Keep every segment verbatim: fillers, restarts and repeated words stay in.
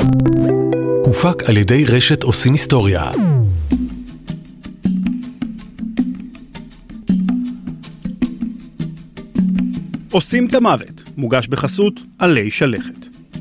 הופק על ידי רשת עושים היסטוריה. עושים את המוות, מוגש בחסות עלי שלכת.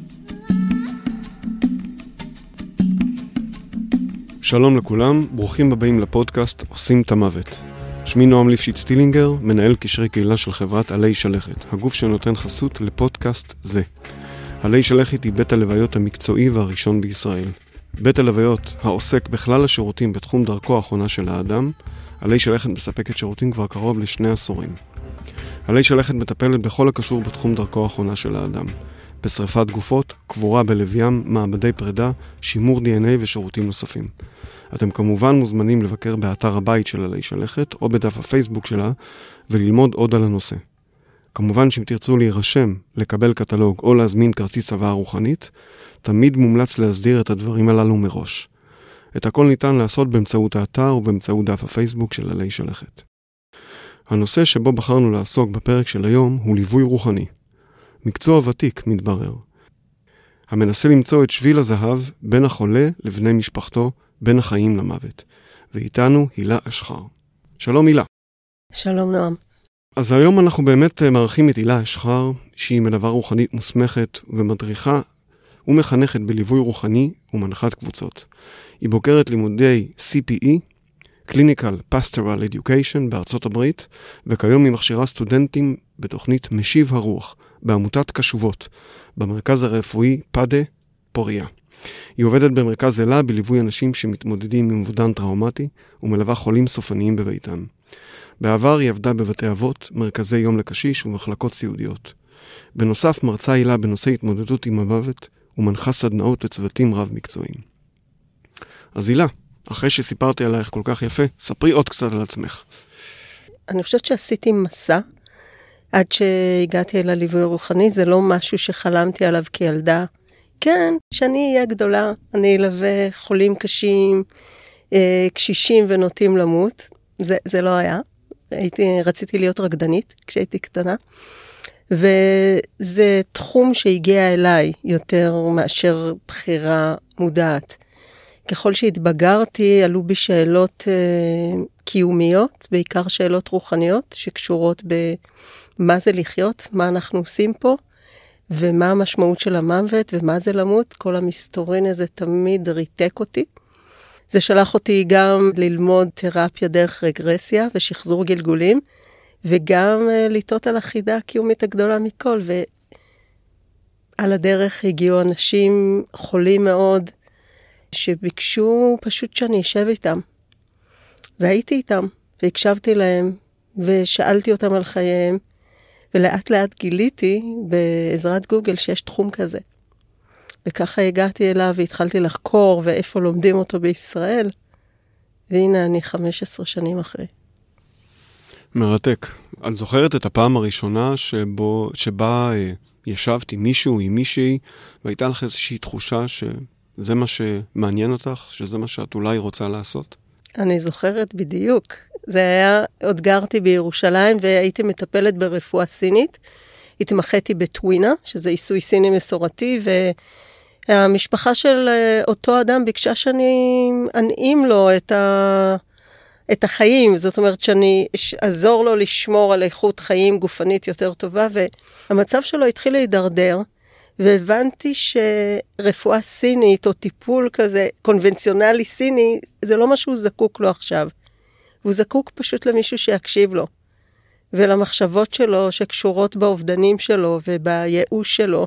שלום לכולם, ברוכים הבאים לפודקאסט עושים את המוות. שמי נועם ליפשיץ סטילינגר, מנהל קשרי קהילה של חברת עלי שלכת, הגוף שנותן חסות לפודקאסט זה. עלי שלכת היא בית הלוויות המקצועי והראשון בישראל. בית הלוויות העוסק בכלל השירותים בתחום דרכו האחרונה של האדם, עלי שלכת מספקת שירותים כבר קרוב לשני עשורים. עלי שלכת מטפלת בכל הקשור בתחום דרכו האחרונה של האדם. בשריפת גופות, קבורה בלב ים, מעבדי פרידה, שימור די אן איי ושירותים נוספים. אתם כמובן מוזמנים לבקר באתר הבית של עלי שלכת או בדף הפייסבוק שלה וללמוד עוד על הנושא. כמובן שאם תרצו להירשם, לקבל קטלוג או להזמין כרטיס צוואה רוחנית, תמיד מומלץ להסדיר את הדברים הללו מראש. את הכל ניתן לעשות באמצעות האתר ובאמצעות דף הפייסבוק של עלי שלכת. הנושא שבו בחרנו לעסוק בפרק של היום הוא ליווי רוחני. מקצוע ותיק מתברר. המנסה למצוא את שביל הזהב בין החולה לבני משפחתו, בין החיים למוות. ואיתנו הילה אשחר. שלום הילה. שלום נועם. אז היום אנחנו באמת מארחים את הילה אשחר, שהיא מלווה רוחנית מוסמכת ומדריכה ומחנכת בליווי רוחני ומנחת קבוצות. היא בוקרת לימודי סי פי אי, Clinical Pastoral Education בארצות הברית, וכיום היא מכשירה סטודנטים בתוכנית משיב הרוח, בעמותת קשובות, במרכז הרפואי פדה פוריה. היא עובדת במרכז אלה בליווי אנשים שמתמודדים עם אובדן טראומטי, ומלווה חולים סופניים בביתם. בעבר היא עבדה בבתי אבות, מרכזי יום לקשיש ומחלקות סיעודיות. בנוסף מרצה הילה בנושא התמודדות עם המוות, ומנחה סדנאות לצוותים רב מקצועיים. אז הילה, אחרי שסיפרתי עלייך כל כך יפה, ספרי עוד קצת על עצמך. אני חושבת שעשיתי מסע, עד שהגעתי אל הליווי הרוחני, זה לא משהו שחלמתי עליו כילדה. כן, שאני אהיה גדולה, אני אלווה חולים קשים, קשישים ונוטים למות. זה, זה לא היה. הייתי, רציתי להיות רקדנית כשהייתי קטנה. וזה תחום שהגיע אליי יותר מאשר בחירה מודעת. ככל שהתבגרתי, עלו בי שאלות אה, קיומיות, בעיקר שאלות רוחניות, שקשורות במה זה לחיות, מה אנחנו עושים פה, ומה המשמעות של המוות, ומה זה למות. כל המסתורין הזה תמיד ריתק אותי. זה שלח אותי גם ללמוד תרפיה דרך רגרסיה ושחזור גלגולים, וגם אה, לטעות על החידה הקיומית הגדולה מכל. ועל הדרך הגיעו אנשים חולים מאוד, שביקשו פשוט שאני אשב איתם. והייתי איתם, והקשבתי להם, ושאלתי אותם על חייהם, ולאט לאט גיליתי בעזרת גוגל שיש תחום כזה. וככה הגעתי אליו והתחלתי לחקור, ואיפה לומדים אותו בישראל, והנה אני חמש עשרה שנים אחרי. מרתק. את זוכרת את הפעם הראשונה שבו, שבה אה, ישבת עם מישהו, עם מישהי, והייתה לך איזושהי תחושה ש... זה מה שמעניין אותך? שזה מה שאת אולי רוצה לעשות? אני זוכרת בדיוק. זה היה, עוד גרתי בירושלים והייתי מטפלת ברפואה סינית. התמחיתי בטווינה, שזה עיסוי סיני מסורתי, והמשפחה של אותו אדם ביקשה שאני אנעים לו את, ה... את החיים. זאת אומרת שאני אעזור לו לשמור על איכות חיים גופנית יותר טובה, והמצב שלו התחיל להידרדר. והבנתי שרפואה סינית או טיפול כזה קונבנציונלי סיני, זה לא מה שהוא זקוק לו עכשיו. והוא זקוק פשוט למישהו שיקשיב לו. ולמחשבות שלו שקשורות באובדנים שלו ובייאוש שלו.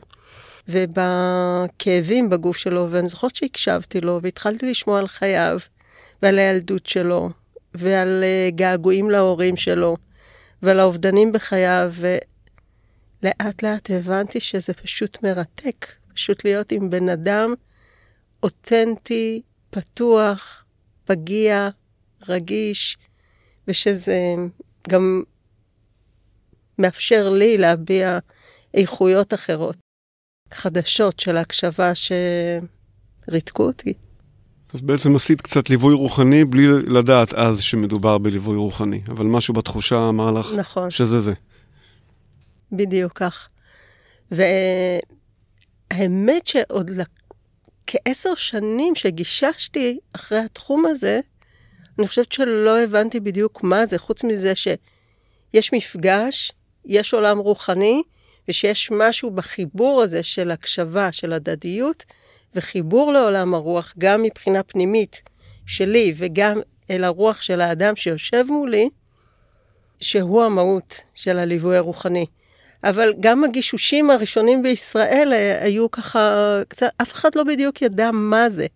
ובכאבים בגוף שלו. ואני זוכרת שהקשבתי לו והתחלתי לשמוע על חייו ועל הילדות שלו. ועל געגועים להורים שלו. ועל האובדנים בחייו ו... לאט לאט הבנתי שזה פשוט מרתק, פשוט להיות עם בן אדם אותנטי, פתוח, פגיע, רגיש, ושזה גם מאפשר לי להביע איכויות אחרות, חדשות של הקשבה שריתקו אותי. אז בעצם עשית קצת ליווי רוחני בלי לדעת אז שמדובר בליווי רוחני, אבל משהו בתחושה אמר לך נכון. שזה זה. בדיוק כך. והאמת שעוד לק... כעשר שנים שגיששתי אחרי התחום הזה, אני חושבת שלא הבנתי בדיוק מה זה, חוץ מזה שיש מפגש, יש עולם רוחני, ושיש משהו בחיבור הזה של הקשבה, של הדדיות, וחיבור לעולם הרוח, גם מבחינה פנימית שלי, וגם אל הרוח של האדם שיושב מולי, שהוא המהות של הליווי הרוחני. אבל גם הגישושים הראשונים בישראל היו ככה, קצת, אף אחד לא בדיוק ידע מה זה.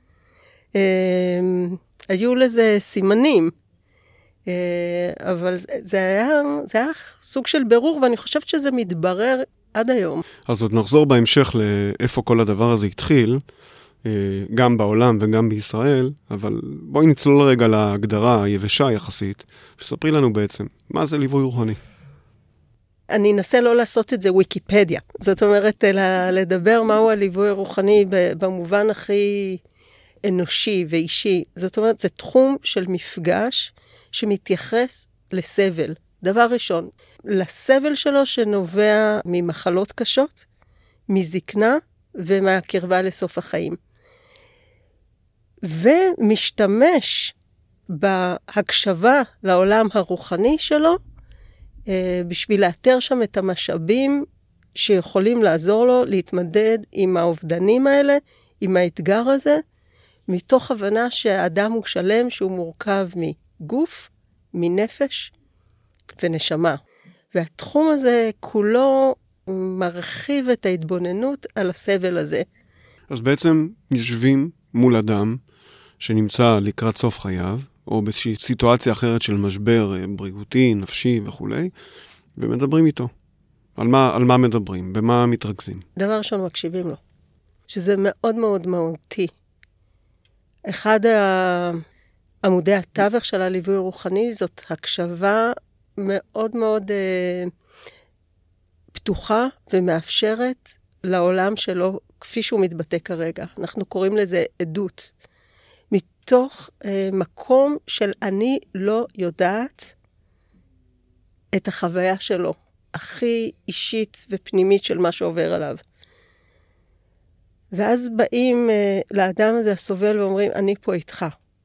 היו לזה סימנים, אבל זה היה, זה היה סוג של ברור, ואני חושבת שזה מתברר עד היום. אז עוד נחזור בהמשך לאיפה כל הדבר הזה התחיל, גם בעולם וגם בישראל, אבל בואי נצלול רגע להגדרה היבשה יחסית, וספרי לנו בעצם, מה זה ליווי רוחני? אני אנסה לא לעשות את זה ויקיפדיה, זאת אומרת, אלא לדבר מהו הליווי הרוחני במובן הכי אנושי ואישי. זאת אומרת, זה תחום של מפגש שמתייחס לסבל. דבר ראשון, לסבל שלו שנובע ממחלות קשות, מזקנה ומהקרבה לסוף החיים. ומשתמש בהקשבה לעולם הרוחני שלו, בשביל לאתר שם את המשאבים שיכולים לעזור לו להתמודד עם האובדנים האלה, עם האתגר הזה, מתוך הבנה שהאדם הוא שלם, שהוא מורכב מגוף, מנפש ונשמה. והתחום הזה כולו מרחיב את ההתבוננות על הסבל הזה. אז בעצם יושבים מול אדם שנמצא לקראת סוף חייו, או באיזושהי סיטואציה אחרת של משבר בריאותי, נפשי וכו', ומדברים איתו. על מה, על מה מדברים? במה מתרכזים? דבר ראשון, מקשיבים לו. שזה מאוד מאוד מהותי. אחד עמודי התווך של הליווי הרוחני, זאת הקשבה מאוד מאוד אה, פתוחה ומאפשרת לעולם שלו, כפי שהוא מתבטא כרגע. אנחנו קוראים לזה עדות. מתוך אה, מקום של אני לא יודעת את החוויה שלו, הכי אישית ופנימית של מה שעובר עליו. ואז באים אה, לאדם הזה הסובל ואומרים, אני פה איתך.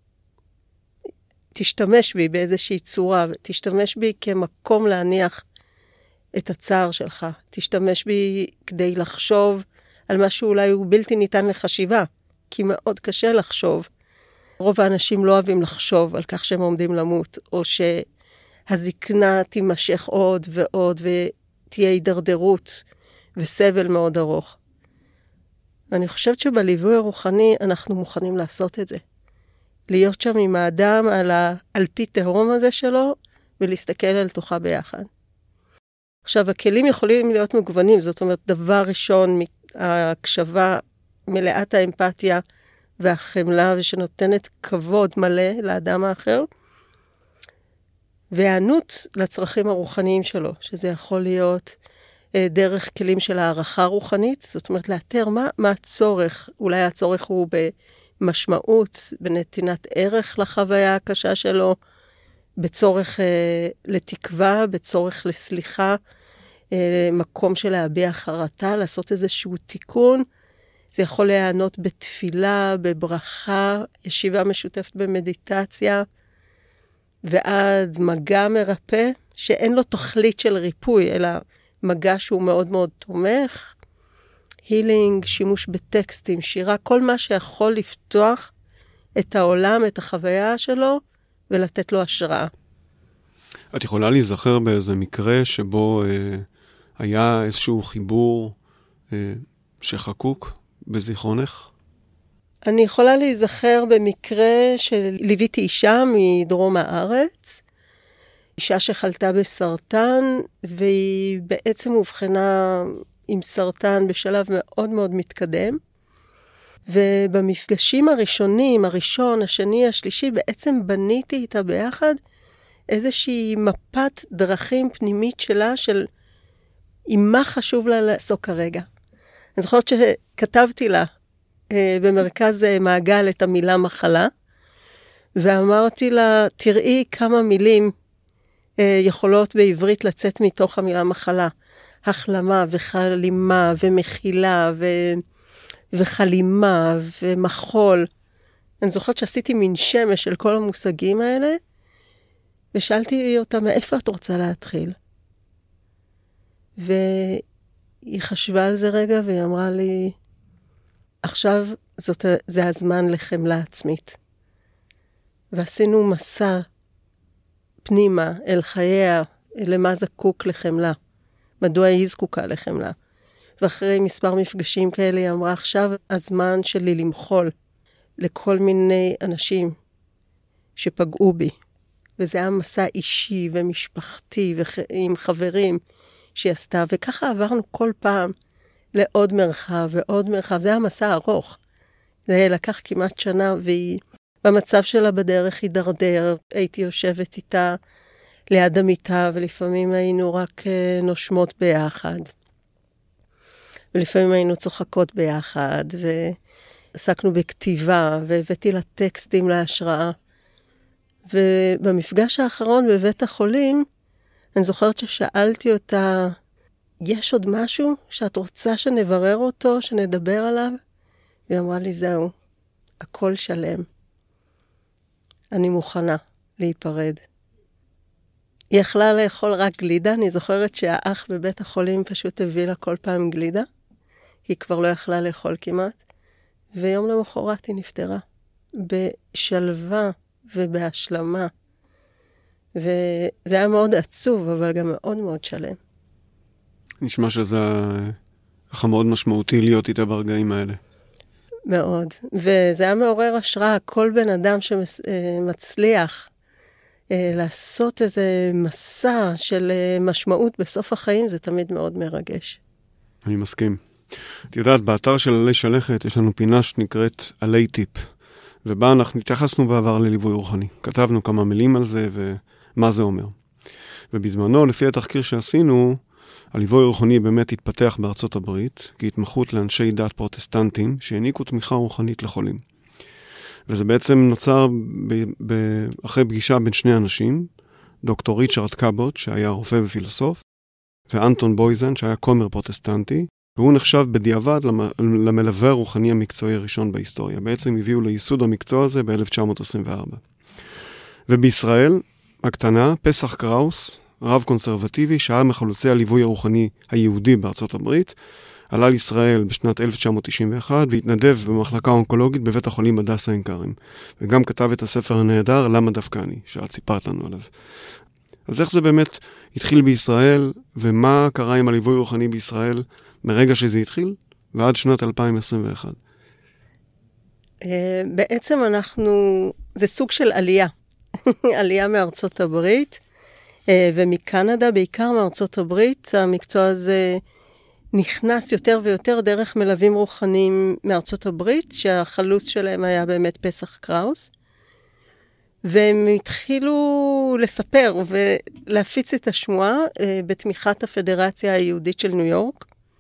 תשתמש בי באיזושהי צורה, תשתמש בי כמקום להניח את הצער שלך. תשתמש בי כדי לחשוב על מה שאולי הוא בלתי ניתן לחשיבה, כי מאוד קשה לחשוב. רוב האנשים לא אוהבים לחשוב על כך שהם עומדים למות, או שהזקנה תימשך עוד ועוד, ותהיה הידרדרות וסבל מאוד ארוך. ואני חושבת שבליווי הרוחני אנחנו מוכנים לעשות את זה. להיות שם עם האדם על האלפי תהום הזה שלו, ולהסתכל על תוכה ביחד. עכשיו, הכלים יכולים להיות מגוונים, זאת אומרת, דבר ראשון, ההקשבה מלאת האמפתיה, והחמלה, ושנותנת כבוד מלא לאדם האחר, והענות לצרכים הרוחניים שלו, שזה יכול להיות אה, דרך כלים של הערכה רוחנית, זאת אומרת, לאתר מה, מה הצורך, אולי הצורך הוא במשמעות, בנתינת ערך לחוויה הקשה שלו, בצורך אה, לתקווה, בצורך לסליחה, אה, מקום של להביע חרטה, לעשות איזשהו תיקון, זה יכול להיענות בתפילה, בברכה, ישיבה משותפת במדיטציה, ועד מגע מרפא, שאין לו תכלית של ריפוי, אלא מגע שהוא מאוד מאוד תומך, הילינג, שימוש בטקסטים, שירה, כל מה שיכול לפתוח את העולם, את החוויה שלו, ולתת לו השראה. את יכולה להיזכר באיזה מקרה שבו אה, היה איזשהו חיבור אה, שחקוק? בזיכרונך? אני יכולה להיזכר במקרה שליוויתי אישה מדרום הארץ, אישה שחלתה בסרטן, והיא בעצם הובחנה עם סרטן בשלב מאוד מאוד מתקדם, ובמפגשים הראשונים, הראשון, השני, השלישי, בעצם בניתי איתה ביחד איזושהי מפת דרכים פנימית שלה, של עם מה חשוב לה לעסוק כרגע. אני זוכרת שכתבתי לה אה, במרכז אה, מעגל את המילה מחלה, ואמרתי לה, תראי כמה מילים אה, יכולות בעברית לצאת מתוך המילה מחלה. החלמה וחלימה ומחילה ו... וחלימה ומחול. אני זוכרת שעשיתי מין שמש של כל המושגים האלה, ושאלתי אותה, מאיפה את רוצה להתחיל? והיא חשבה על זה רגע, והיא אמרה לי, עכשיו זאת, זה הזמן לחמלה עצמית. ועשינו מסע פנימה אל חייה, למה זקוק לחמלה. מדוע היא זקוקה לחמלה. ואחרי מספר מפגשים כאלה, היא אמרה, עכשיו הזמן שלי למחול לכל מיני אנשים שפגעו בי. וזה היה מסע אישי ומשפחתי ועם חברים שהיא עשתה, וככה עברנו כל פעם לעוד מרחב ועוד מרחב. זה היה מסע ארוך. זה לקח כמעט שנה, והיא במצב שלה בדרך הידרדר. הייתי יושבת איתה ליד המיטה, ולפעמים היינו רק נושמות ביחד. ולפעמים היינו צוחקות ביחד, ועסקנו בכתיבה, והבאתי לה טקסטים להשראה. ובמפגש האחרון בבית החולים, אני זוכרת ששאלתי אותה, יש עוד משהו שאת רוצה שנברר אותו, שנדבר עליו? והיא אמרה לי, זהו, הכל שלם. אני מוכנה להיפרד. היא יכלה לאכול רק גלידה, אני זוכרת שהאח בבית החולים פשוט הביא לה כל פעם גלידה, היא כבר לא יכלה לאכול כמעט, ויום למחרת היא נפטרה, בשלווה ובהשלמה, וזה היה מאוד עצוב, אבל גם מאוד מאוד שלם. נשמע שזה ככה מאוד משמעותי להיות איתה ברגעים האלה. מאוד, וזה היה מעורר השראה, כל בן אדם שמצליח לעשות איזה מסע של משמעות בסוף החיים, זה תמיד מאוד מרגש. אני מסכים. את יודעת, באתר של עלי שלכת יש לנו פינה שנקראת עלי טיפ, ובה אנחנו התייחסנו בעבר לליווי רוחני. כתבנו כמה מילים על זה ומה זה אומר. ובזמנו, לפי התחקיר שעשינו, הליווי הרוחני באמת התפתח בארצות הברית, כהתמחות לאנשי דת פרוטסטנטים שהעניקו תמיכה רוחנית לחולים. וזה בעצם נוצר ב- ב- אחרי פגישה בין שני אנשים, דוקטור ריצ'רד קאבוט, שהיה רופא ופילוסוף, ואנטון בויזן, שהיה כומר פרוטסטנטי, והוא נחשב בדיעבד למלווה הרוחני המקצועי הראשון בהיסטוריה. בעצם הביאו לייסוד המקצוע הזה ב-אלף תשע מאות עשרים וארבע. ובישראל, הקטנה, פסח קראוס, רב קונסרבטיבי, שהיה מחלוצי הליווי הרוחני היהודי בארצות הברית, עלה לישראל בשנת אלף תשע מאות תשעים ואחת והתנדב במחלקה אונקולוגית בבית החולים הדסה עין כרם. וגם כתב את הספר הנהדר, למה דווקא אני, שאת סיפרת לנו עליו. אז איך זה באמת התחיל בישראל, ומה קרה עם הליווי הרוחני בישראל מרגע שזה התחיל ועד שנת אלפיים עשרים ואחת? בעצם אנחנו, זה סוג של עלייה. עלייה מארצות הברית, ומקנדה, בעיקר מארצות הברית. המקצוע הזה נכנס יותר ויותר דרך מלווים רוחניים מארצות הברית, שהחלוץ שלהם היה באמת פסח קראוס. והם התחילו לספר ולהפיץ את השמועה בתמיכת הפדרציה היהודית של ניו יורק.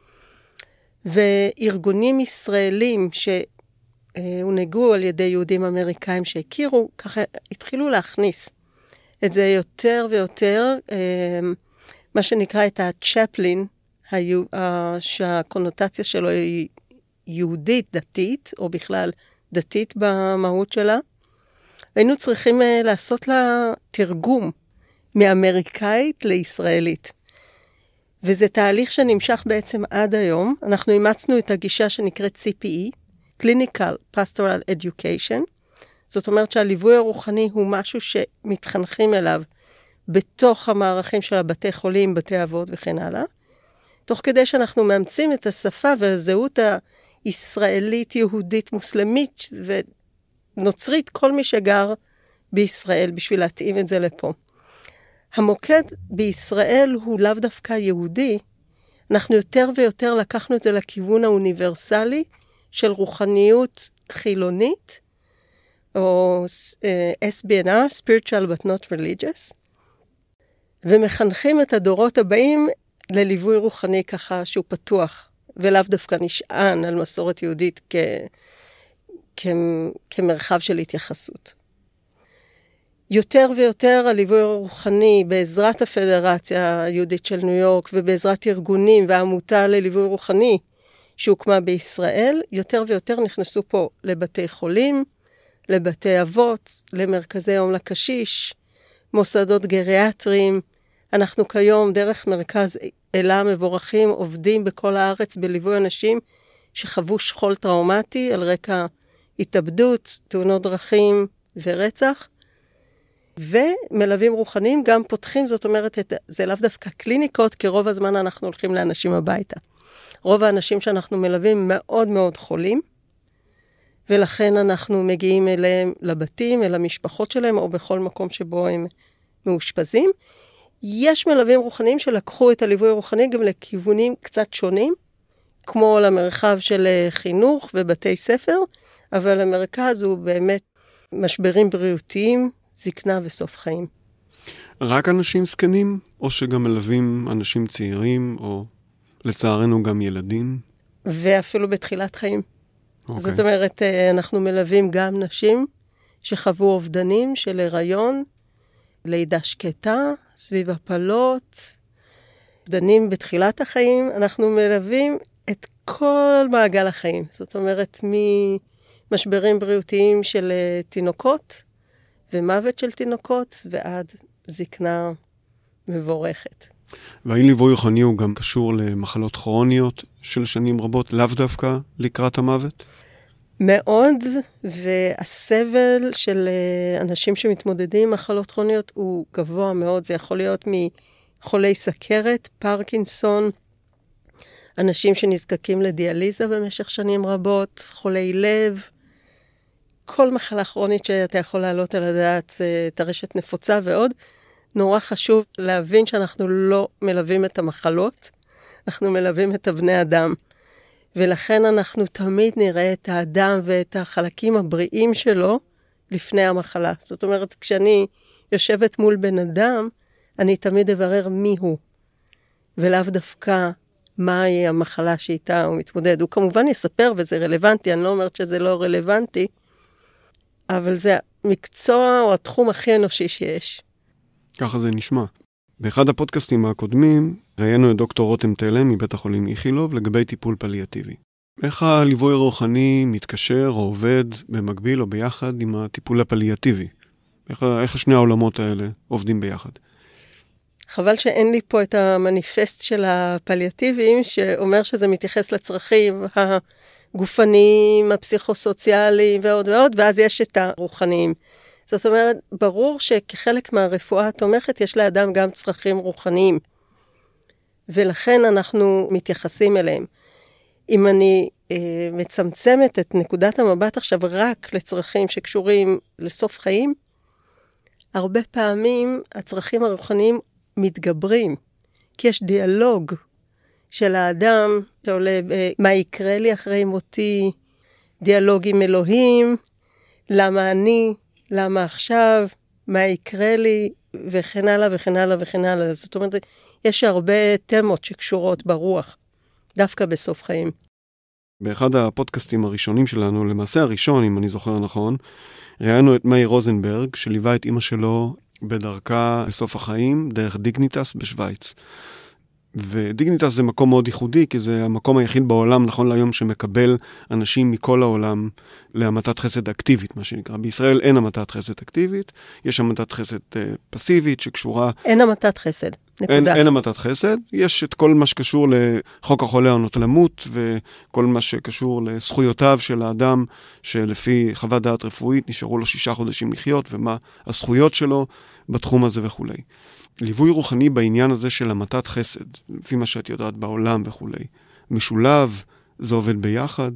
וארגונים ישראלים שהונהגו על ידי יהודים אמריקאים שהכירו, ככה התחילו להכניס את זה יותר ויותר, מה שנקרא את הצ'פלין, שהקונוטציה שלו היא יהודית דתית, או בכלל דתית במהות שלה. היינו צריכים לעשות לה תרגום מאמריקאית לישראלית. וזה תהליך שנמשך בעצם עד היום. אנחנו אימצנו את הגישה שנקראת סי פי אי, Clinical Pastoral Education. זאת אומרת שהליווי הרוחני הוא משהו שמתחנכים אליו בתוך המערכים של הבתי חולים, בתי אבות וכן הלאה. תוך כדי שאנחנו מאמצים את השפה והזהות הישראלית, יהודית, מוסלמית ונוצרית, כל מי שגר בישראל בשביל להתאים את זה לפה. המוקד בישראל הוא לאו דווקא יהודי, אנחנו יותר ויותר לקחנו את זה לכיוון האוניברסלי של רוחניות חילונית, או אס בי אן אר, Spiritual but not Religious, ומחנכים את הדורות הבאים לליווי רוחני ככה שהוא פתוח, ולאו דווקא נשען על מסורת יהודית כ... כ... כמרחב של התייחסות. יותר ויותר הליווי הרוחני בעזרת הפדרציה היהודית של ניו יורק, ובעזרת ארגונים והעמותה לליווי רוחני, שהוקמה בישראל, יותר ויותר נכנסו פה לבתי חולים, לבתי אבות, למרכזי יום לקשיש, מוסדות גריאטריים. אנחנו כיום דרך מרכז אלה מבורכים עובדים בכל הארץ בליווי אנשים שחוו שכול טראומטי על רקע התאבדות, תאונות דרכים ורצח. ומלווים רוחניים גם פותחים, זאת אומרת, את, זה לאו דווקא קליניקות, כי רוב הזמן אנחנו הולכים לאנשים הביתה. רוב האנשים שאנחנו מלווים מאוד מאוד חולים, ולכן אנחנו מגיעים אליהם לבתים, אל המשפחות שלהם, או בכל מקום שבו הם מאושפזים. יש מלווים רוחניים שלקחו את הליווי הרוחני גם לכיוונים קצת שונים, כמו למרחב של חינוך ובתי ספר, אבל המרכז הוא באמת משברים בריאותיים, זקנה וסוף חיים. רק אנשים זקנים, או שגם מלווים אנשים צעירים, או לצערנו גם ילדים? ואפילו בתחילת חיים. Okay. זאת אומרת, אנחנו מלווים גם נשים שחוו אובדנים של הריון, לידה שקטה, סביב הפלות, אובדנים בתחילת החיים. אנחנו מלווים את כל מעגל החיים. זאת אומרת, ממשברים בריאותיים של תינוקות, ומוות של תינוקות, ועד זקנה מבורכת. והאם ליווי רוחני הוא גם קשור למחלות כרוניות של שנים רבות, לאו דווקא לקראת המוות? מאוד, והסבל של אנשים שמתמודדים עם מחלות כרוניות הוא גבוה מאוד. זה יכול להיות מחולי סכרת, פרקינסון, אנשים שנזקקים לדיאליזה במשך שנים רבות, חולי לב, כל מחלה כרונית שאתה יכול להעלות על הדעת, טרשת נפוצה ועוד. נורא חשוב להבין שאנחנו לא מלווים את המחלות, אנחנו מלווים את הבני אדם. ולכן אנחנו תמיד נראה את האדם ואת החלקים הבריאים שלו לפני המחלה. זאת אומרת, כשאני יושבת מול בן אדם, אני תמיד אברר מי הוא. ולאו דווקא מהי המחלה שאיתה הוא מתמודד. הוא כמובן יספר וזה רלוונטי, אני לא אומרת שזה לא רלוונטי, אבל זה המקצוע או התחום הכי אנושי שיש. ככה זה נשמע. באחד הפודקאסטים הקודמים ראינו את דוקטור רותם תלם מבית החולים איכילוב לגבי טיפול פליאטיבי. איך הליווי הרוחני מתקשר או עובד במקביל או ביחד עם הטיפול הפליאטיבי? איך, איך שני העולמות האלה עובדים ביחד? חבל שאין לי פה את המניפסט של הפליאטיביים שאומר שזה מתייחס לצרכים הגופניים, הפסיכוסוציאליים ועוד ועוד, ואז יש את הרוחניים. זאת אומרת, ברור שכחלק מהרפואה התומכת יש לאדם גם צרכים רוחניים, ולכן אנחנו מתייחסים אליהם. אם אני אה, מצמצמת את נקודת המבט עכשיו רק לצרכים שקשורים לסוף חיים, הרבה פעמים הצרכים הרוחניים מתגברים, כי יש דיאלוג של האדם שעולה, אה, מה יקרה לי אחרי מותי, דיאלוג עם אלוהים, למה אני, למה עכשיו, מה יקרה לי, וכן הלאה וכן הלאה וכן הלאה. זאת אומרת, יש הרבה תמות שקשורות ברוח, דווקא בסוף חיים. באחד הפודקאסטים הראשונים שלנו, למעשה הראשון, אם אני זוכר נכון, ראינו את מאיר רוזנברג, שליווה את אמא שלו בדרכה לסוף החיים, דרך דיגניטס בשוויץ. ודיגניטס זה מקום מאוד ייחודי, כי זה המקום היחיד בעולם, נכון להיום, שמקבל אנשים מכל העולם להמתת חסד אקטיבית, מה שנקרא. בישראל אין המתת חסד אקטיבית, יש המתת חסד אה, פסיבית שקשורה... אין המתת חסד, נקודה. אין, אין המתת חסד, יש את כל מה שקשור לחוק החולה העונות למות, וכל מה שקשור לזכויותיו של האדם, שלפי חוות דעת רפואית נשארו לו שישה חודשים לחיות, ומה הזכויות שלו בתחום הזה וכו'. ליווי רוחני בעניין הזה של המתת חסד, לפי מה שאת יודעת בעולם וכו'. משולב, זה עובד ביחד?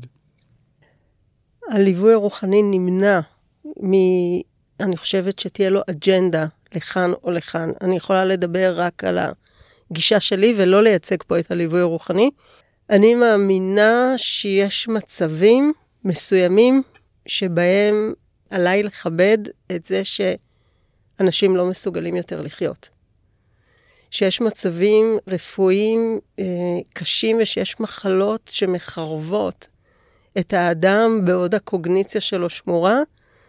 הליווי הרוחני נמנע מ... אני חושבת שתהיה לו אג'נדה לכאן או לכאן. אני יכולה לדבר רק על הגישה שלי ולא לייצג פה את הליווי הרוחני. אני מאמינה שיש מצבים מסוימים שבהם עליי לכבד את זה שאנשים לא מסוגלים יותר לחיות. שיש מצבים רפואיים אה, קשים ושיש מחלות שמחרבות את האדם בעוד הקוגניציה שלו שמורה,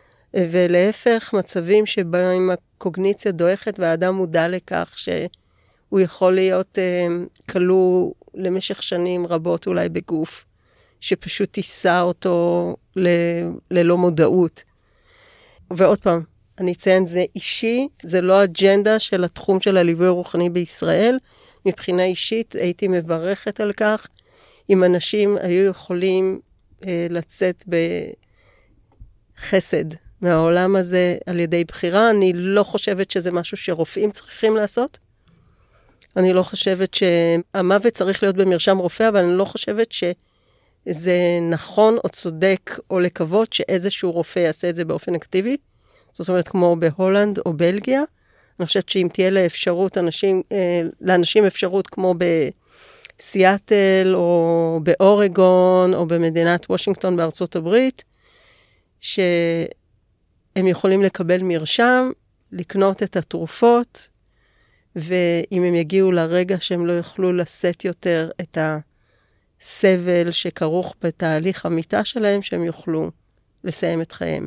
ולהפך מצבים שבהם הקוגניציה דועכת והאדם מודע לכך שהוא יכול להיות אה, כלוא למשך שנים רבות אולי בגוף שפשוט תישא אותו ל, ללא מודעות. ועוד פעם, אני אציין, זה אישי, זה לא אג'נדה של התחום של הליווי הרוחני בישראל. מבחינה אישית הייתי מברכת על כך, אם אנשים היו יכולים אה, לצאת בחסד מהעולם הזה על ידי בחירה. אני לא חושבת שזה משהו שרופאים צריכים לעשות. אני לא חושבת שהמוות צריך להיות במרשם רופא, אבל אני לא חושבת שזה נכון או צודק או לקוות שאיזשהו רופא יעשה את זה באופן אקטיבי. זאת אומרת, כמו בהולנד או בלגיה. אני חושבת שאם תהיה לאפשרות, אנשים, לאנשים אפשרות כמו בסיאטל או באורגון או במדינת וושינגטון בארצות הברית, שהם יכולים לקבל מרשם, לקנות את התרופות, ואם הם יגיעו לרגע שהם לא יוכלו לשאת יותר את הסבל שכרוך בתהליך המיטה שלהם, שהם יוכלו לסיים את חייהם.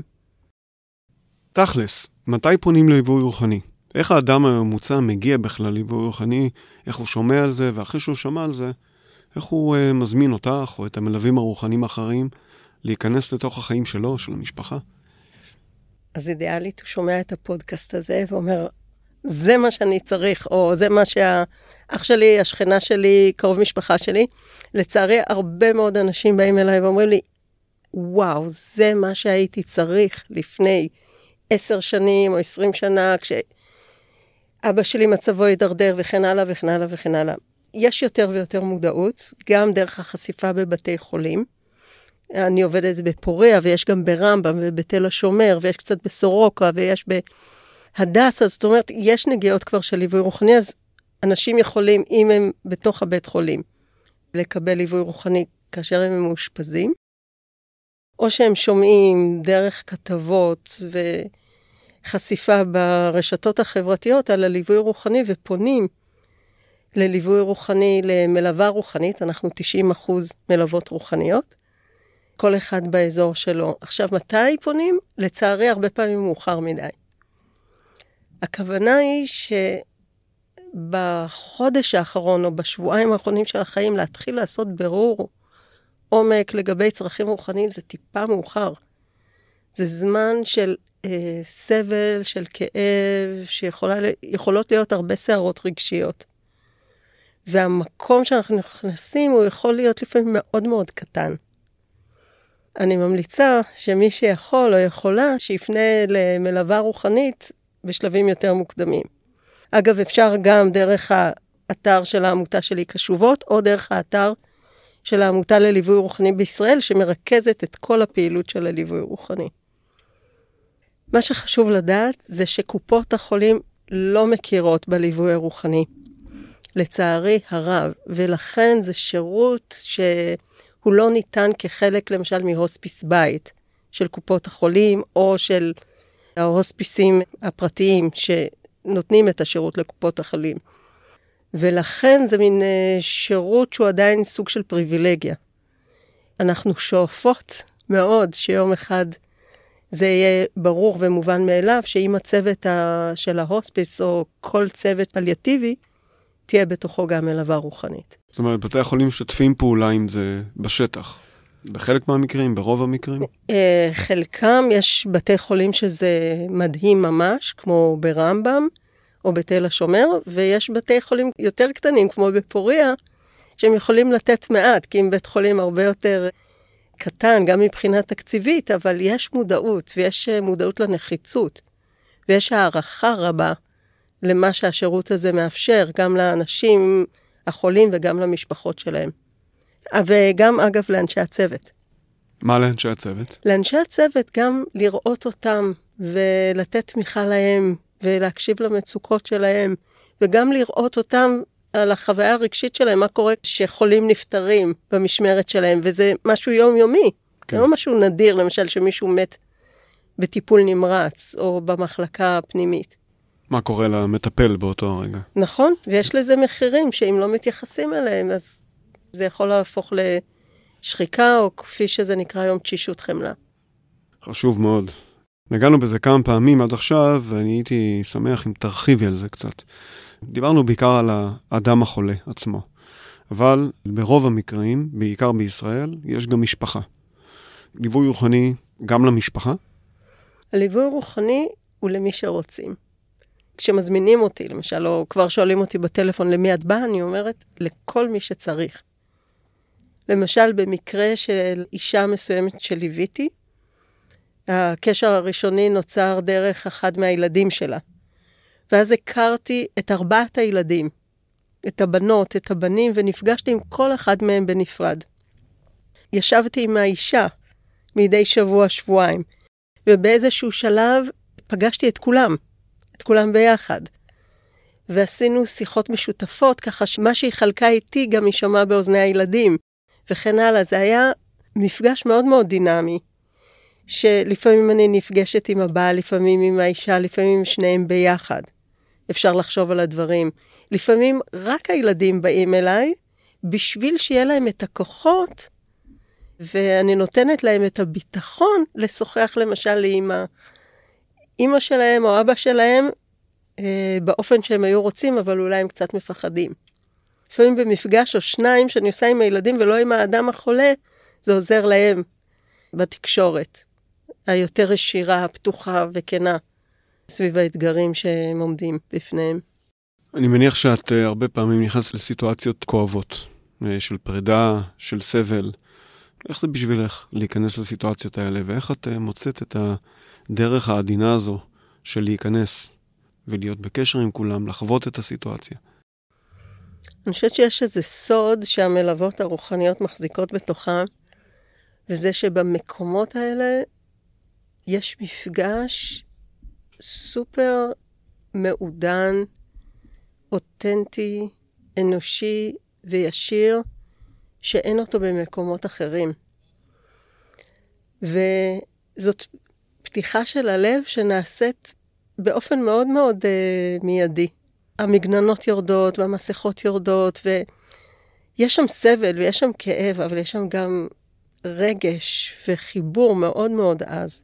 תכלס, מתי פונים לליווי רוחני? איך האדם הממוצע מגיע בכלל לליווי רוחני? איך הוא שומע על זה? ואחרי שהוא שמע על זה, איך הוא uh, מזמין אותך או את המלווים הרוחניים האחרים להיכנס לתוך החיים שלו, של המשפחה? אז אידיאלית, הוא שומע את הפודקאסט הזה ואומר, זה מה שאני צריך, או זה מה שהאח שלי, השכנה שלי, קרוב משפחה שלי. לצערי, הרבה מאוד אנשים באים אליי ואומרים לי, וואו, זה מה שהייתי צריך לפני עשר שנים או עשרים שנה, כשאבא שלי מצבו ידרדר וכן הלאה וכן הלאה וכן הלאה. יש יותר ויותר מודעות, גם דרך החשיפה בבתי חולים. אני עובדת בפוריה, ויש גם ברמב"ם ובתל השומר, ויש קצת בסורוקה, ויש בהדס, אז זאת אומרת, יש נגיעות כבר של ליווי רוחני, אז אנשים יכולים, אם הם בתוך הבית חולים, לקבל ליווי רוחני כאשר הם מאושפזים, או שהם שומעים דרך כתבות וחשיפה ברשתות החברתיות על הליווי רוחני, ופונים לליווי רוחני, למלווה רוחנית, אנחנו תשעים אחוז מלוות רוחניות, כל אחד באזור שלו. עכשיו, מתי פונים? לצערי, הרבה פעמים מאוחר מדי. הכוונה היא שבחודש האחרון, או בשבועיים האחרונים של החיים, להתחיל לעשות ברור עומק לגבי צרכים רוחניים, זה טיפה מאוחר. זה זמן של אה, סבל, של כאב, שיכולות להיות הרבה שערות רגשיות. והמקום שאנחנו נכנסים, הוא יכול להיות לפעמים מאוד מאוד קטן. אני ממליצה שמי שיכול או יכולה, שיפנה למלווה רוחנית בשלבים יותר מוקדמים. אגב, אפשר גם דרך האתר של העמותה שלי קשובות, או דרך האתר של העמותה לליווי רוחני בישראל, שמרכזת את כל הפעילות של הליווי רוחני. מה שחשוב לדעת, זה שקופות החולים לא מכירות בליווי הרוחני. לצערי הרב, ולכן זה שירות שהוא לא ניתן כחלק, למשל, מהוספיס בית של קופות החולים, או של ההוספיסים הפרטיים שנותנים את השירות לקופות החולים. ולכן זה מין שירות שהוא עדיין סוג של פריבילגיה. אנחנו שואפות מאוד שיום אחד זה יהיה ברור ומובן מאליו, שאם הצוות של ההוספיס או כל צוות פליאטיבי, תהיה בתוכו גם מלווה רוחנית. זאת אומרת, בתי החולים שותפים פעולה עם זה בשטח. בחלק מהמקרים, ברוב המקרים? חלקם יש בתי חולים שזה מדהים ממש, כמו ברמב"ם, או בתל השומר, ויש בתי חולים יותר קטנים, כמו בפוריה, שהם יכולים לתת מעט, כי אם בית חולים הרבה יותר קטן, גם מבחינה תקציבית, אבל יש מודעות, ויש מודעות לנחיצות, ויש הערכה רבה למה שהשירות הזה מאפשר, גם לאנשים החולים וגם למשפחות שלהם. וגם, אגב, לאנשי הצוות. מה לאנשי הצוות? לאנשי הצוות גם לראות אותם ולתת תמיכה להם, ולהקשיב למצוקות שלהם, וגם לראות אותם על החוויה הרגשית שלהם, מה קורה שחולים נפטרים במשמרת שלהם, וזה משהו יומיומי. כן. זה לא משהו נדיר, למשל, שמישהו מת בטיפול נמרץ, או במחלקה הפנימית. מה קורה למטפל באותו הרגע? נכון, ויש לזה מחירים שאם לא מתייחסים אליהם, אז זה יכול להפוך לשחיקה, או כפי שזה נקרא היום תשישות חמלה. חשוב מאוד. נגענו בזה כמה פעמים עד עכשיו, ואני הייתי שמח אם תרחיבי על זה קצת. דיברנו בעיקר על האדם החולה עצמו. אבל ברוב המקרים, בעיקר בישראל, יש גם משפחה. ליווי רוחני גם למשפחה? הליווי רוחני הוא למי שרוצים. כשמזמינים אותי, למשל, או כבר שואלים אותי בטלפון למי את באה, אני אומרת לכל מי שצריך. למשל, במקרה של אישה מסוימת שליוויתי, הקשר הראשוני נוצר דרך אחד מהילדים שלה. ואז הכרתי את ארבעת הילדים, את הבנות, את הבנים, ונפגשתי עם כל אחד מהם בנפרד. ישבתי עם האישה מדי שבוע, שבועיים, ובאיזשהו שלב פגשתי את כולם, את כולם ביחד. ועשינו שיחות משותפות, ככה שמה שהיא חלקה איתי גם יישמע באוזני הילדים, וכן הלאה. זה היה מפגש מאוד מאוד דינמי, שלפעמים אני נפגשת עם הבעל, לפעמים עם האישה, לפעמים עם שניהם ביחד. אפשר לחשוב על הדברים. לפעמים רק הילדים באים אליי, בשביל שיהיה להם את הכוחות, ואני נותנת להם את הביטחון לשוחח למשל עם אמא שלהם או אבא שלהם, אה, באופן שהם היו רוצים, אבל אולי הם קצת מפחדים. לפעמים במפגש או שניים שאני עושה עם הילדים ולא עם האדם החולה, זה עוזר להם בתקשורת. היותר ישירה, פתוחה וכנה, סביב האתגרים שהם עומדים בפניהם. אני מניח שאת uh, הרבה פעמים נכנסת לסיטואציות כואבות, uh, של פרידה, של סבל. איך זה בשבילך להיכנס לסיטואציות האלה, ואיך את uh, מוצאת את הדרך העדינה הזו של להיכנס ולהיות בקשר עם כולם, לחוות את הסיטואציה? אני חושבת שיש איזה סוד שהמלוות הרוחניות מחזיקות בתוכם, וזה שבמקומות האלה יש מפגש סופר מעודן, אותנטי, אנושי וישיר, שאין אותו במקומות אחרים. וזאת פתיחה של הלב שנעשית באופן מאוד מאוד uh, מיידי. המגננות יורדות והמסכות יורדות, ויש שם סבל ויש שם כאב, אבל יש שם גם רגש וחיבור מאוד מאוד עז.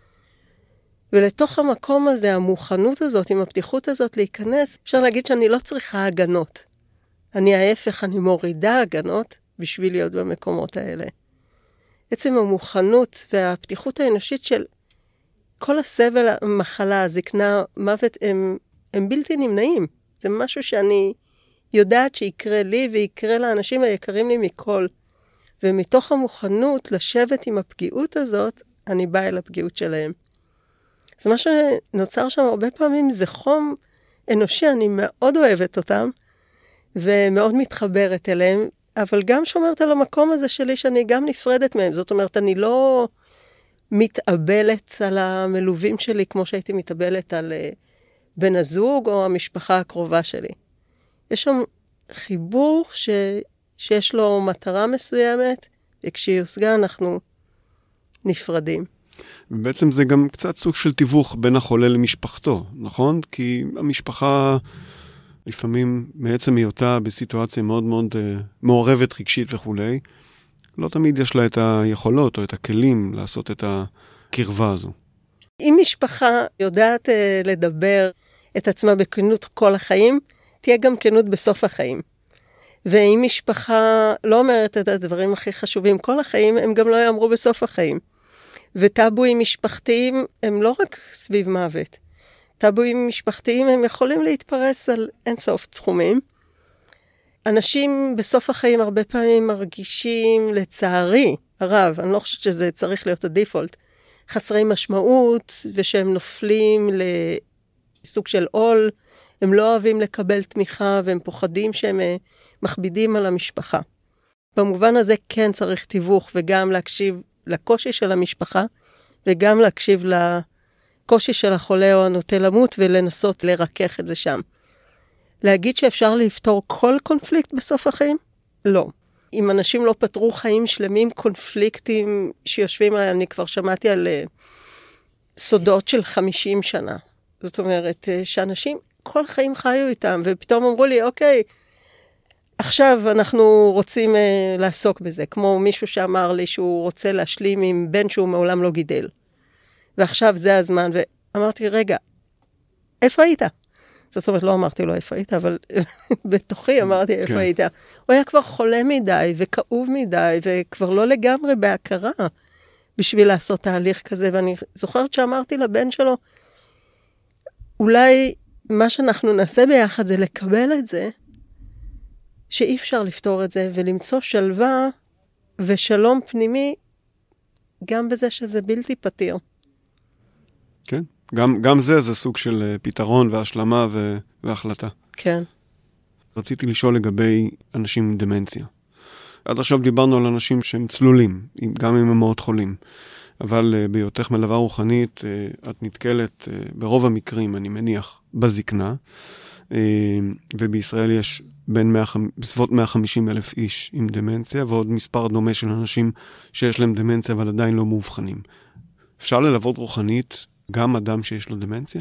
ולתוך המקום הזה, המוכנות הזאת, עם הפתיחות הזאת להיכנס, אפשר להגיד שאני לא צריכה הגנות. אני ההפך, אני מורידה הגנות בשביל להיות במקומות האלה. עצם המוכנות והפתיחות האנושית של כל הסבל, המחלה, הזקנה, מוות, הם, הם בלתי נמנעים. זה משהו שאני יודעת שיקרה לי ויקרה לאנשים היקרים לי מכל. ומתוך המוכנות לשבת עם הפגיעות הזאת, אני באה אל הפגיעות שלהם. אז מה שנוצר שם הרבה פעמים זה חום אנושי, אני מאוד אוהבת אותם, ומאוד מתחברת אליהם, אבל גם שומרת על המקום הזה שלי, שאני גם נפרדת מהם. זאת אומרת, אני לא מתאבלת על המלווים שלי, כמו שהייתי מתאבלת על בן הזוג או המשפחה הקרובה שלי. יש שם חיבור ש... שיש לו מטרה מסוימת, וכשהיא הושגה אנחנו נפרדים. ובעצם זה גם קצת סוג של תיווך בין החולה למשפחתו, נכון? כי המשפחה לפעמים מעצם היותה בסיטואציה מאוד מאוד uh, מעורבת רגשית וכו', לא תמיד יש לה את היכולות או את הכלים לעשות את הקרבה הזו. אם משפחה יודעת uh, לדבר את עצמה בכנות כל החיים, תהיה גם כנות בסוף החיים. ואם משפחה לא אומרת את הדברים הכי חשובים כל החיים, הם גם לא יאמרו בסוף החיים. וטאבואים משפחתיים הם לא רק סביב מוות. טאבואים משפחתיים הם יכולים להתפרס על אינסוף תחומים. אנשים בסוף החיים הרבה פעמים מרגישים, לצערי הרב, אני לא חושבת שזה צריך להיות הדיפולט, חסרי משמעות, ושהם נופלים לסוג של עול, הם לא אוהבים לקבל תמיכה, והם פוחדים שהם מכבידים על המשפחה. במובן הזה כן צריך תיווך, וגם להקשיב לקושי של המשפחה, וגם להקשיב לקושי של החולה או הנוטה למות, ולנסות לרכך את זה שם. להגיד שאפשר לפתור כל קונפליקט בסוף החיים? לא. אם אנשים לא פתרו חיים שלמים, קונפליקטים שיושבים עליהם, אני כבר שמעתי על סודות של חמישים שנה. זאת אומרת, שאנשים כל חיים חיו איתם, ופתאום אמרו לי, אוקיי, עכשיו אנחנו רוצים uh, לעסוק בזה, כמו מישהו שאמר לי שהוא רוצה להשלים עם בן שהוא מעולם לא גידל. ועכשיו זה הזמן, ואמרתי, רגע, איפה היית? זאת אומרת, לא אמרתי לו איפה היית, אבל בתוכי אמרתי איפה היית. הוא היה כבר חולה מדי וכאוב מדי, וכבר לא לגמרי בהכרה בשביל לעשות תהליך כזה. ואני זוכרת שאמרתי לבן שלו, אולי מה שאנחנו נעשה ביחד זה לקבל את זה, שאי אפשר לפתור את זה, ולמצוא שלווה ושלום פנימי, גם בזה שזה בלתי פתיר. כן, גם, גם זה, זה סוג של פתרון והשלמה ו- והחלטה. כן. רציתי לשאול לגבי אנשים עם דמנציה. עד עכשיו דיברנו על אנשים שהם צלולים, גם אם הם מאוד חולים. אבל uh, בהיותך מלווה רוחנית, uh, את נתקלת uh, ברוב המקרים, אני מניח, בזקנה. Uh, ובישראל יש בין מאה, בסביבות מאה וחמישים אלף איש עם דמנציה, ועוד מספר דומה של אנשים שיש להם דמנציה, אבל עדיין לא מאובחנים. אפשר ללוות רוחנית גם אדם שיש לו דמנציה?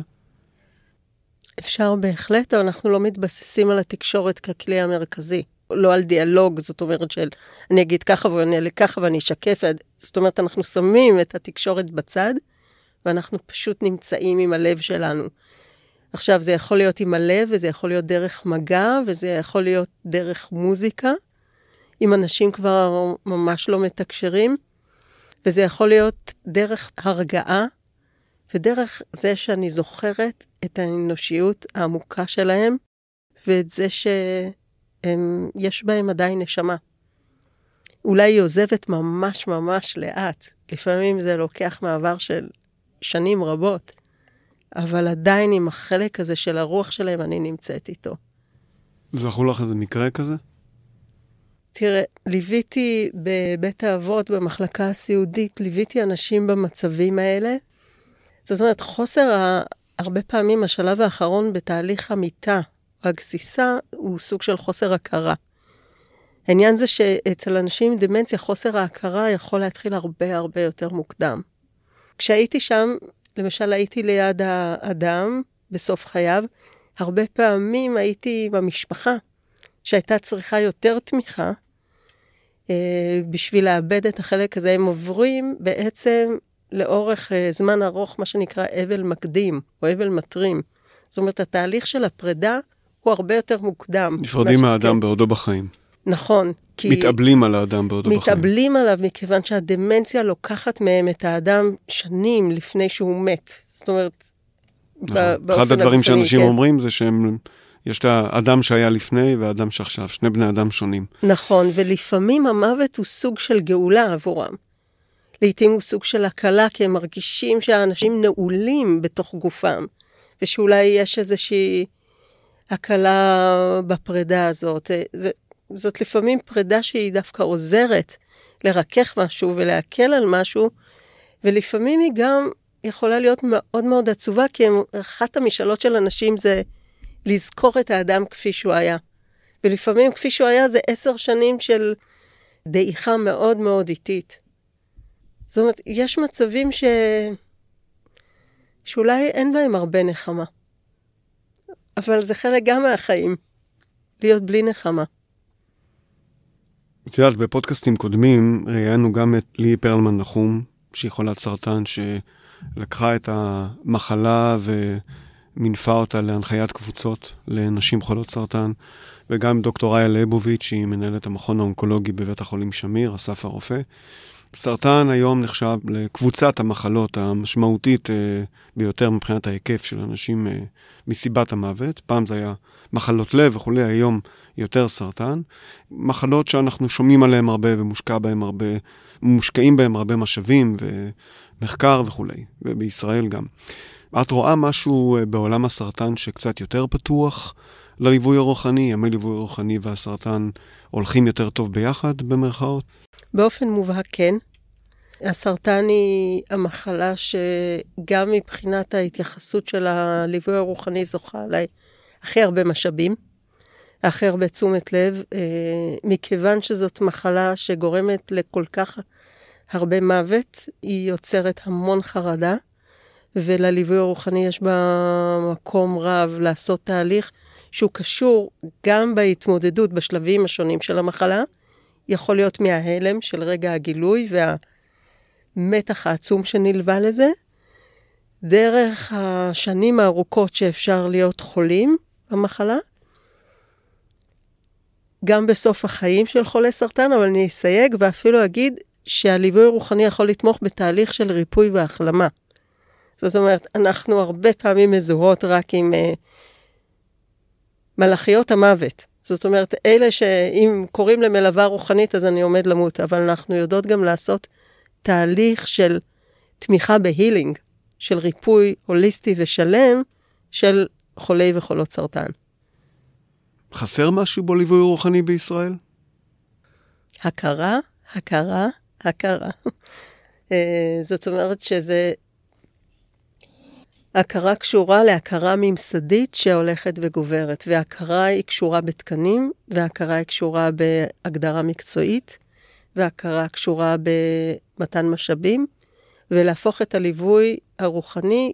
אפשר בהחלט, אבל אנחנו לא מתבססים על התקשורת ככלי המרכזי. לא על דיאלוג, זאת אומרת של אני אגיד ככה ואני אעלה ככה ואני אשקף. זאת אומרת, אנחנו שמים את התקשורת בצד, ואנחנו פשוט נמצאים עם הלב שלנו. עכשיו, זה יכול להיות עם הלב, וזה יכול להיות דרך מגע, וזה יכול להיות דרך מוזיקה, אם אנשים כבר ממש לא מתקשרים, וזה יכול להיות דרך הרגעה, ודרך זה שאני זוכרת את האנושיות העמוקה שלהם, ואת זה שיש בהם עדיין נשמה. אולי היא עוזבת ממש ממש לאט. לפעמים זה לוקח מעבר של שנים רבות, אבל עדיין עם החלק הזה של הרוח שלהם אני נמצאת איתו. זכו לך איזה מקרה כזה? תראה, ליוויתי בבית האבות, במחלקה הסיעודית, ליוויתי אנשים במצבים האלה. זאת אומרת, חוסר ה... הרבה פעמים השלב האחרון בתהליך המיטה, הגסיסה, הוא סוג של חוסר הכרה. העניין זה שאצל אנשים עם דמנציה, חוסר ההכרה יכול להתחיל הרבה הרבה יותר מוקדם. כשהייתי שם, למשל הייתי ליד האדם בסוף חייו, הרבה פעמים הייתי במשפחה, שהייתה צריכה יותר תמיכה, אה, בשביל לאבד את החלק הזה. הם עוברים בעצם לאורך אה, זמן ארוך, מה שנקרא אבל מקדים, או אבל מטרים. זאת אומרת, התהליך של הפרידה הוא הרבה יותר מוקדם. נפרדים מהאדם בעודו בחיים. נכון. כי מתאבלים על האדם בעודו בחיים. מתאבלים עליו, מכיוון שהדמנציה לוקחת מהם את האדם שנים לפני שהוא מת. זאת אומרת, נכון. אחד הדברים שאנשים כן. אומרים זה שהם... יש את האדם שהיה לפני והאדם שעכשיו, שני בני אדם שונים. נכון, ולפעמים המוות הוא סוג של גאולה עבורם. לעתים הוא סוג של הקלה, כי הם מרגישים שהאנשים נעולים בתוך גופם, ושאולי יש איזושהי הקלה בפרידה הזאת. זה, זאת לפעמים פרידה שהיא דווקא עוזרת לרכך משהו ולהקל על משהו, ולפעמים היא גם יכולה להיות מאוד מאוד עצובה, כי אחת המשאלות של אנשים זה לזכור את האדם כפי שהוא היה. ולפעמים כפי שהוא היה זה עשר שנים של דעיכה מאוד מאוד איטית. זאת אומרת, יש מצבים ש... שאולי אין בהם הרבה נחמה. אבל זה חלק גם מהחיים, להיות בלי נחמה. את יודעת, בפודקאסטים קודמים ראיינו גם את לי פרלמן נחום, שהיא חולת סרטן, שלקחה את המחלה ו... מנפה אותה להנחיית קבוצות לנשים חולות סרטן, וגם דוקטור איה ליבוביץ', שהיא מנהלת המכון האונקולוגי בבית החולים שמיר, אסף הרופא. סרטן היום נחשב לקבוצת המחלות המשמעותית אה, ביותר מבחינת ההיקף של אנשים אה, מסיבת המוות. פעם זה היה מחלות לב וכו', היום יותר סרטן. מחלות שאנחנו שומעים עליהן הרבה ומושקע בהם הרבה, מושקעים בהם הרבה משאבים ומחקר וכו', ובישראל גם. את רואה משהו בעולם הסרטן שקצת יותר פתוח לליווי הרוחני? ימי ליווי הרוחני והסרטן הולכים יותר טוב ביחד במרכאות? באופן מובהק כן. הסרטן היא המחלה שגם מבחינת ההתייחסות של הליווי הרוחני זוכה עליי הכי הרבה משאבים, הכי הרבה תשומת לב, מכיוון שזאת מחלה שגורמת לכל כך הרבה מוות, היא יוצרת המון חרדה, ולליווי הרוחני יש בה מקום רב לעשות תהליך שהוא קשור גם בהתמודדות בשלבים השונים של המחלה, יכול להיות מההלם של רגע הגילוי והמתח העצום שנלווה לזה, דרך השנים הארוכות שאפשר להיות חולים במחלה, גם בסוף החיים של חולי סרטן, אבל אני אסייג ואפילו אגיד שהליווי הרוחני יכול לתמוך בתהליך של ריפוי והחלמה. זאת אומרת, אנחנו הרבה פעמים מזוהות רק עם uh, מלאכיות המוות. זאת אומרת, אלה שאם קוראים למלווה רוחנית, אז אני עומד למות, אבל אנחנו יודעות גם לעשות תהליך של תמיכה בהילינג, של ריפוי הוליסטי ושלם של חולי וחולות סרטן. חסר משהו בו ליווי רוחני בישראל? הכרה, הכרה, הכרה. זאת אומרת שזה, הכרה קשורה להכרה ממסדית שהולכת וגוברת, והכרה היא קשורה בתקנים, והכרה היא קשורה בהגדרה מקצועית, והכרה קשורה במתן משאבים, ולהפוך את הליווי הרוחני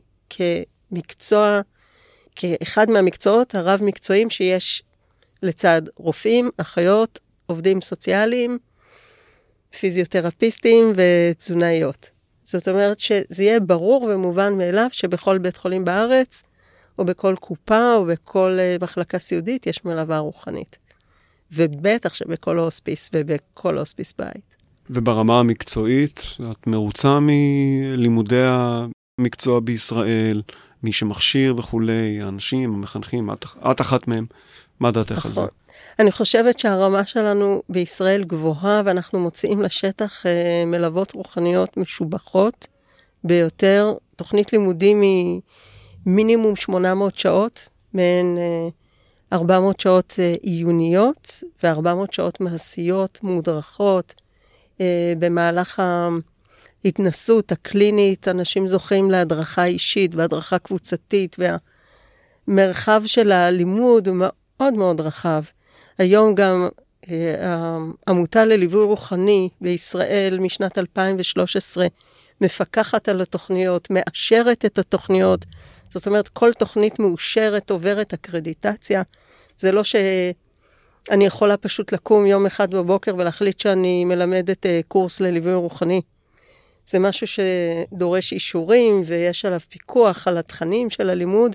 כמקצוע, כאחד מהמקצועות הרב מקצועיים שיש לצד רופאים, אחיות, עובדים סוציאליים, פיזיותרפיסטים ותזונאיות. זאת אומרת שזה יהיה ברור ומובן מאליו שבכל בית חולים בארץ, או בכל קופה, או בכל מחלקה סיעודית, יש מלווה רוחנית. ובטח שבכל הוספיס ובכל הוספיס בית. וברמה המקצועית, את מרוצה מלימודי המקצוע בישראל, מי שמכשיר וכולי, האנשים, המחנכים, את, את אחת מהם, מה דעתך על זה? אני חושבת שהרמה שלנו בישראל גבוהה, ואנחנו מוציאים לשטח אה, מלוות רוחניות משובחות ביותר. תוכנית לימודים היא מינימום שמונה מאות שעות, מהן אה, ארבע מאות שעות אה, עיוניות, ו-ארבע מאות שעות מעשיות, מודרכות. אה, במהלך ההתנסות הקלינית, אנשים זוכים להדרכה אישית והדרכה קבוצתית, והמרחב של הלימוד הוא מאוד מאוד רחב. היום גם העמותה לליווי רוחני בישראל משנת אלפיים ושלוש עשרה מפקחת על התוכניות, מאשרת את התוכניות. זאת אומרת, כל תוכנית מאושרת עוברת אקרדיטציה. זה לא שאני יכולה פשוט לקום יום אחד בבוקר ולהחליט שאני מלמדת קורס לליווי רוחני. זה משהו שדורש אישורים ויש עליו פיקוח על התכנים של הלימוד.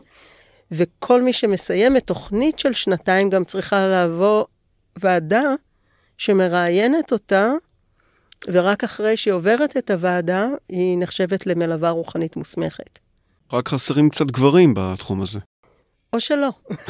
וכל מי שמסיים את תוכנית של שנתיים גם צריכה לעבור ועדה שמראיינת אותה, ורק אחרי שהיא עוברת את הוועדה, היא נחשבת למלווה רוחנית מוסמכת. רק חסרים קצת גברים בתחום הזה. או שלא.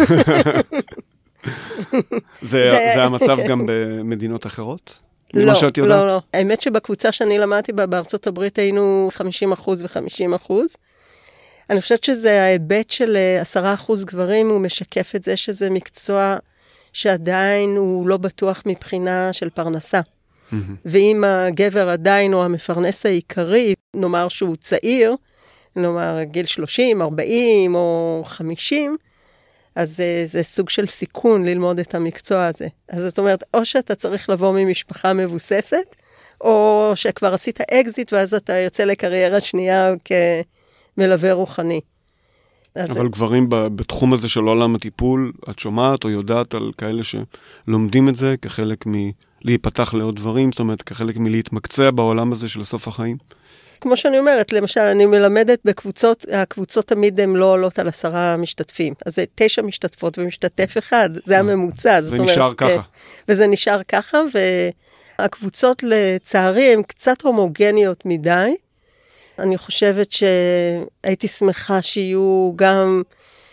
זה, זה המצב גם במדינות אחרות? לא, לא, לא. האמת שבקבוצה שאני למדתי בה בארצות הברית היינו חמישים אחוז ו-חמישים אחוז. אני חושבת שזה ההיבט של עשרה אחוז גברים, הוא משקף את זה שזה מקצוע שעדיין הוא לא בטוח מבחינה של פרנסה. Mm-hmm. ואם הגבר עדיין הוא המפרנס העיקרי, נאמר שהוא צעיר, נאמר גיל שלושים, ארבעים או חמישים, אז זה, זה סוג של סיכון ללמוד את המקצוע הזה. אז זאת אומרת, או שאתה צריך לבוא ממשפחה מבוססת, או שכבר עשית אקזיט, ואז אתה יוצא לקריירה שנייה כמלווה רוחני. אבל זה... גברים בתחום הזה של עולם הטיפול, את שומעת או יודעת על כאלה שלומדים את זה כחלק מלהיפתח לעוד דברים, זאת אומרת, כחלק מלהתמקצע בעולם הזה של סוף החיים? כמו שאני אומרת, למשל, אני מלמדת בקבוצות, הקבוצות תמיד הן לא עולות על עשרה משתתפים. אז זה תשע משתתפות ומשתתף אחד, זה הממוצע. זה נשאר ככה. וזה נשאר ככה, והקבוצות לצערי הן קצת הומוגניות מדי. אני חושבת שהייתי שמחה שיהיו גם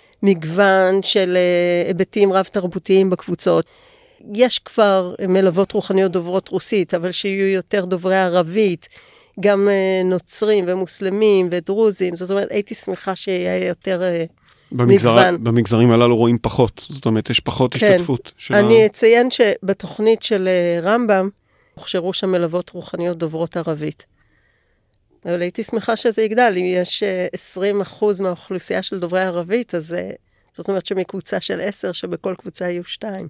מגוון של היבטים רב-תרבותיים בקבוצות. יש כבר מלוות רוחניות דוברות רוסית, אבל שיהיו יותר דוברי ערבית, גם נוצרים ומוסלמים ודרוזים, זאת אומרת, הייתי שמחה שיהיה יותר במגזר, מגוון. במגזרים הללו רואים פחות, זאת אומרת, יש פחות כן. השתתפות. אני ה... אציין שבתוכנית של רמב"ם, הוכשרו שם מלוות רוחניות דוברות ערבית. אבל הייתי שמחה שזה יגדל, אם יש עשרים אחוז מהאוכלוסייה של דוברי ערבית, אז זאת אומרת שמקבוצה של עשר, שבכל קבוצה יהיו שתיים.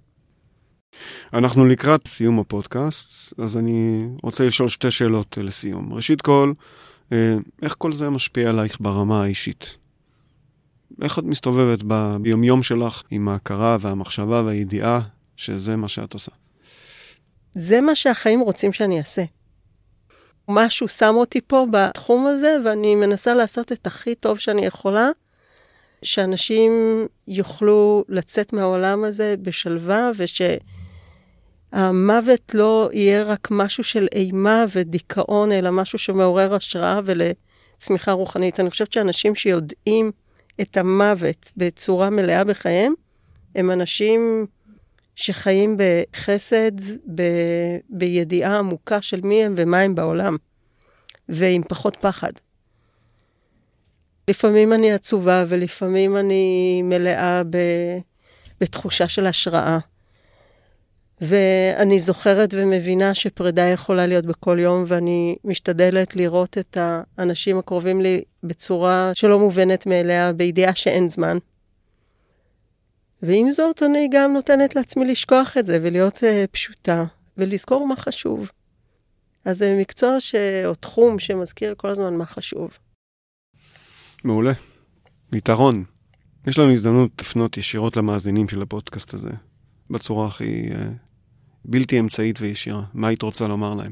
אנחנו לקראת סיום הפודקאסט, אז אני רוצה לשאול שתי שאלות לסיום. ראשית כל, איך כל זה משפיע עלייך ברמה האישית? איך את מסתובבת ביומיום שלך עם ההכרה והמחשבה והידיעה שזה מה שאת עושה? זה מה שהחיים רוצים שאני אעשה. משהו שם אותי פה בתחום הזה, ואני מנסה לעשות את הכי טוב שאני יכולה, שאנשים יוכלו לצאת מהעולם הזה בשלווה, ושהמוות לא יהיה רק משהו של אימה ודיכאון, אלא משהו שמעורר השראה ולצמיחה רוחנית. אני חושבת שאנשים שיודעים את המוות בצורה מלאה בחייהם, הם אנשים שחיים בחסד, ב... בידיעה עמוקה של מי הם ומה הם בעולם, ועם פחות פחד. לפעמים אני עצובה, ולפעמים אני מלאה ב... בתחושה של השראה. ואני זוכרת ומבינה שפרידה יכולה להיות בכל יום, ואני משתדלת לראות את האנשים הקרובים לי בצורה שלא מובנת מאליה, בידיעה שאין זמן. ועם זאת אני גם נותנת לעצמי לשכוח את זה, ולהיות uh, פשוטה, ולזכור מה חשוב. אז זה מקצוע ש... או תחום שמזכיר כל הזמן מה חשוב. מעולה. יתרון. יש לנו הזדמנות לפנות ישירות למאזינים של הפודקאסט הזה, בצורה הכי uh, בלתי אמצעית וישירה. מה היית רוצה לומר להם?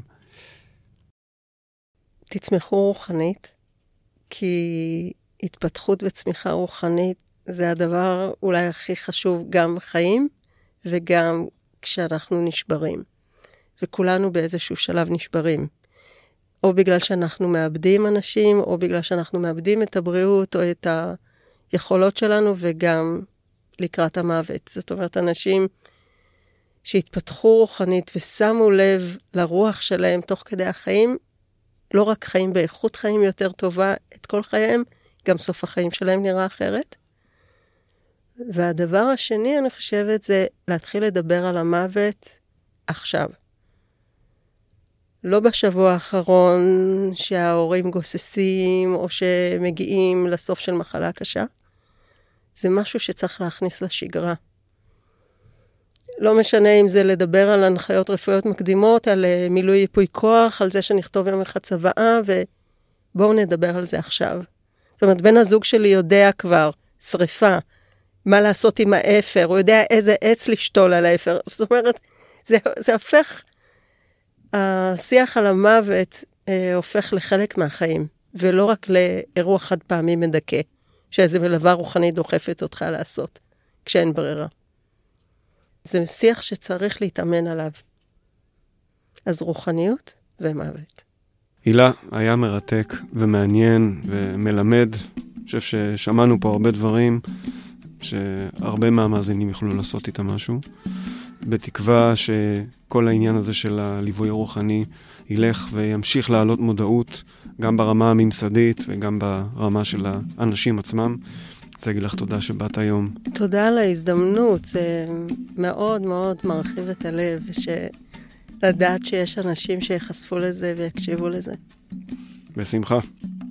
תצמחו רוחנית, כי התפתחות וצמיחה רוחנית זה הדבר אולי הכי חשוב גם בחיים, וגם כשאנחנו נשברים. וכולנו באיזשהו שלב נשברים. או בגלל שאנחנו מאבדים אנשים, או בגלל שאנחנו מאבדים את הבריאות, או את היכולות שלנו, וגם לקראת המוות. זאת אומרת, אנשים שהתפתחו רוחנית ושמו לב לרוח שלהם תוך כדי החיים, לא רק חיים באיכות חיים יותר טובה את כל חייהם, גם סוף החיים שלהם נראה אחרת. והדבר השני, אני חושבת, זה להתחיל לדבר על המוות עכשיו. לא בשבוע האחרון שההורים גוססים, או שמגיעים לסוף של מחלה קשה. זה משהו שצריך להכניס לשגרה. לא משנה אם זה לדבר על הנחיות רפואיות מקדימות, על מילוי ייפוי כוח, על זה שנכתוב יום אחד צוואה, ובואו נדבר על זה עכשיו. זאת אומרת, בן הזוג שלי יודע כבר, שריפה, מה לעשות עם האפר, הוא יודע איזה עץ לשתול על האפר. זאת אומרת, זה, זה הופך, השיח על המוות אה, הופך לחלק מהחיים, ולא רק לאירוע חד פעמי מדכא, שאיזה מלווה רוחנית דוחפת אותך לעשות, כשאין ברירה. זה שיח שצריך להתאמן עליו. אז רוחניות ומוות. הילה, היה מרתק ומעניין ומלמד. אני חושב ששמענו פה הרבה דברים, שהרבה מהמאזינים יוכלו לעשות איתם משהו. בתקווה שכל העניין הזה של הליווי הרוחני ילך וימשיך לעלות מודעות, גם ברמה הממסדית וגם ברמה של האנשים עצמם. אני רוצה להגיד לך תודה שבאת היום. תודה על ההזדמנות, זה מאוד מאוד מרחיב את הלב, שלדעת שיש אנשים שיחשפו לזה ויקשיבו לזה. בשמחה.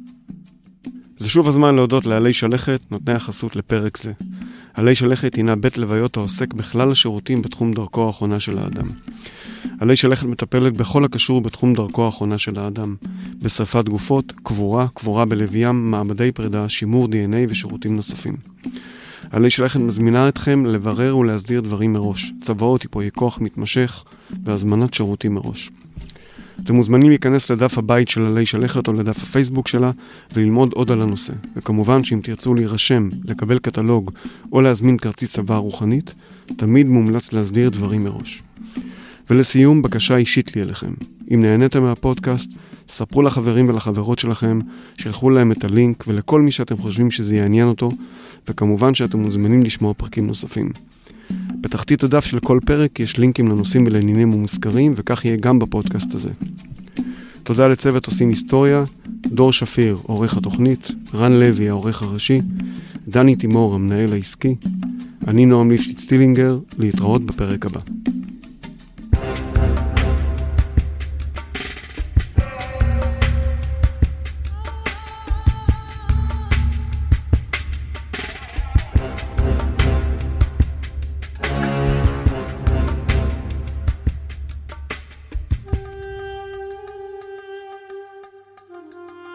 זה שוב הזמן להודות לעלי שלכת, נותני החסות לפרק זה. עלי שלכת הינה בית לוויות העוסק בכלל השירותים בתחום דרכו האחרונה של האדם. עלי שלכת מטפלת בכל הקשור בתחום דרכו האחרונה של האדם, בשריפת גופות, קבורה, קבורה בלב ים, מעבדי פרידה, שימור די אן איי ושירותים נוספים. עלי שלכת מזמינה אתכם לברר ולהסדיר דברים מראש, צוואות, ייפויי כוח מתמשך והזמנת שירותים מראש. אתם מוזמנים להיכנס לדף הבית של עלי שלכת או לדף הפייסבוק שלה וללמוד עוד על הנושא. וכמובן שאם תרצו להירשם, לקבל קטלוג או להזמין כרטיס צבא רוחנית, תמיד מומלץ להסדיר דברים מראש. ולסיום, בקשה אישית לי אליכם. אם נהניתם מהפודקאסט, ספרו לחברים ולחברות שלכם, שלחו להם את הלינק ולכל מי שאתם חושבים שזה יעניין אותו, וכמובן שאתם מוזמנים לשמוע פרקים נוספים. בתחתית הדף של כל פרק יש לינקים לנושאים ולעניינים ומוזכרים, וכך יהיה גם בפודקאסט הזה. תודה לצוות עושים היסטוריה, דור שפיר, עורך התוכנית, רן לוי, העורך הראשי, דני תימור, המנהל העסקי, אני נועם ליפשיץ סטילינגר, להתראות בפרק הבא.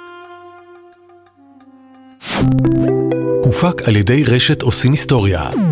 הופק על ידי רשת עושים היסטוריה.